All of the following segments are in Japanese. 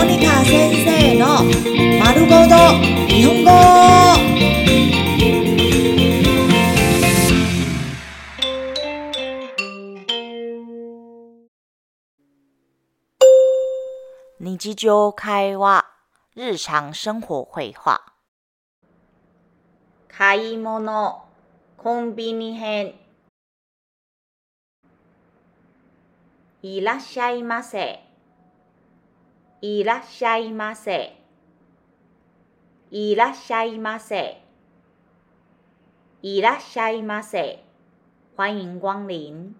モニカ先生の丸ごと日本語。日常会話、日常生活会話。買い物、コンビニ編。いらっしゃいませ。いらっしゃいませ。いらっしゃいませ。いらっしゃいませ。欢迎光臨。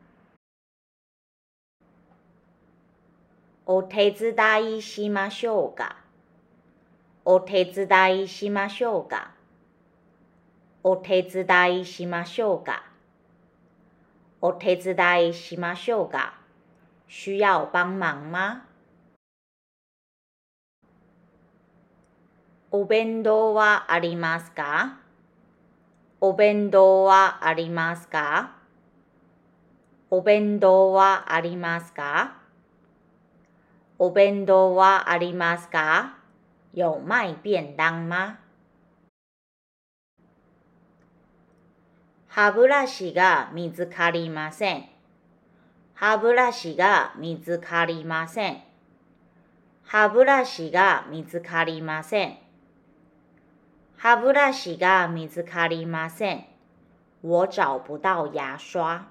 お手伝いしましょうか。お手伝いしましょうか。お手伝いしましょうか。お手伝いしましょうか。需要帮忙吗？お弁当はありますか？お弁当はありますか？お弁当はありますか？お弁当はありますか？有卖便当吗？歯ブラシが見つかりません。歯ブラシが見つかりません。歯ブラシが見つかりません。歯ブラシが見つかりません。我找不到牙刷。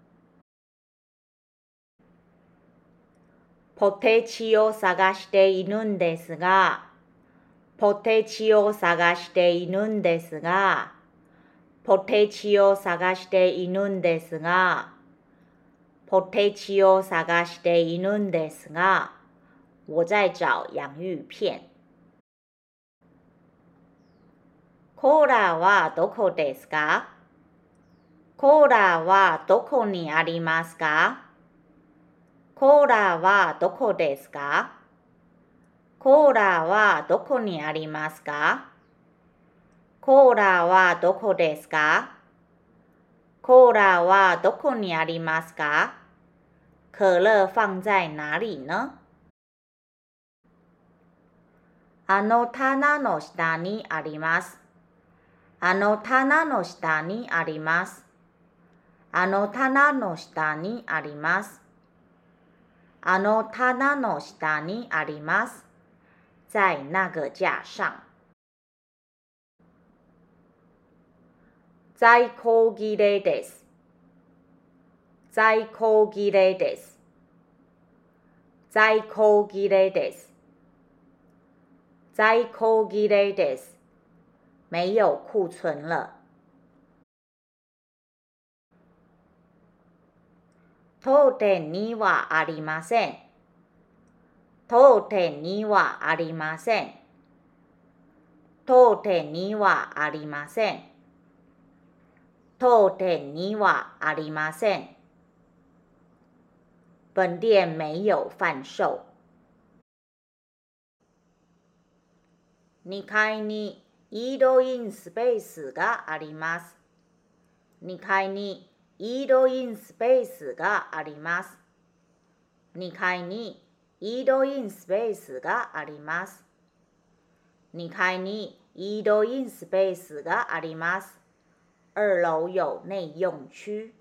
ポテチを探しているんですが、ポテチを探しているんですが、ポテチを探しているんですが、ポテチを探しているんですが、我在找洋芋片。コーラはどこですか？コーラはどこにありますか？コーラはどこですか？コーラはどこにありますか？コーラはどこですか？コーラはどこにありますか？可乐放在哪里呢？あの棚の下にあります。あの棚の下にあります。あの棚の下にあります。あの棚の下にあります。在那个架上。在庫切れです。在庫切れです。在庫切れです。在庫切れです。没有库存了。当店にはありません。当店にはありません。当店にはありません。当店にはありません。本店没有贩售。2階にイートインスペースがあります。2階にイートインスペースがあります。2階にイートインスペースがあります。2階にイートインスペースがあります。2楼有内用区。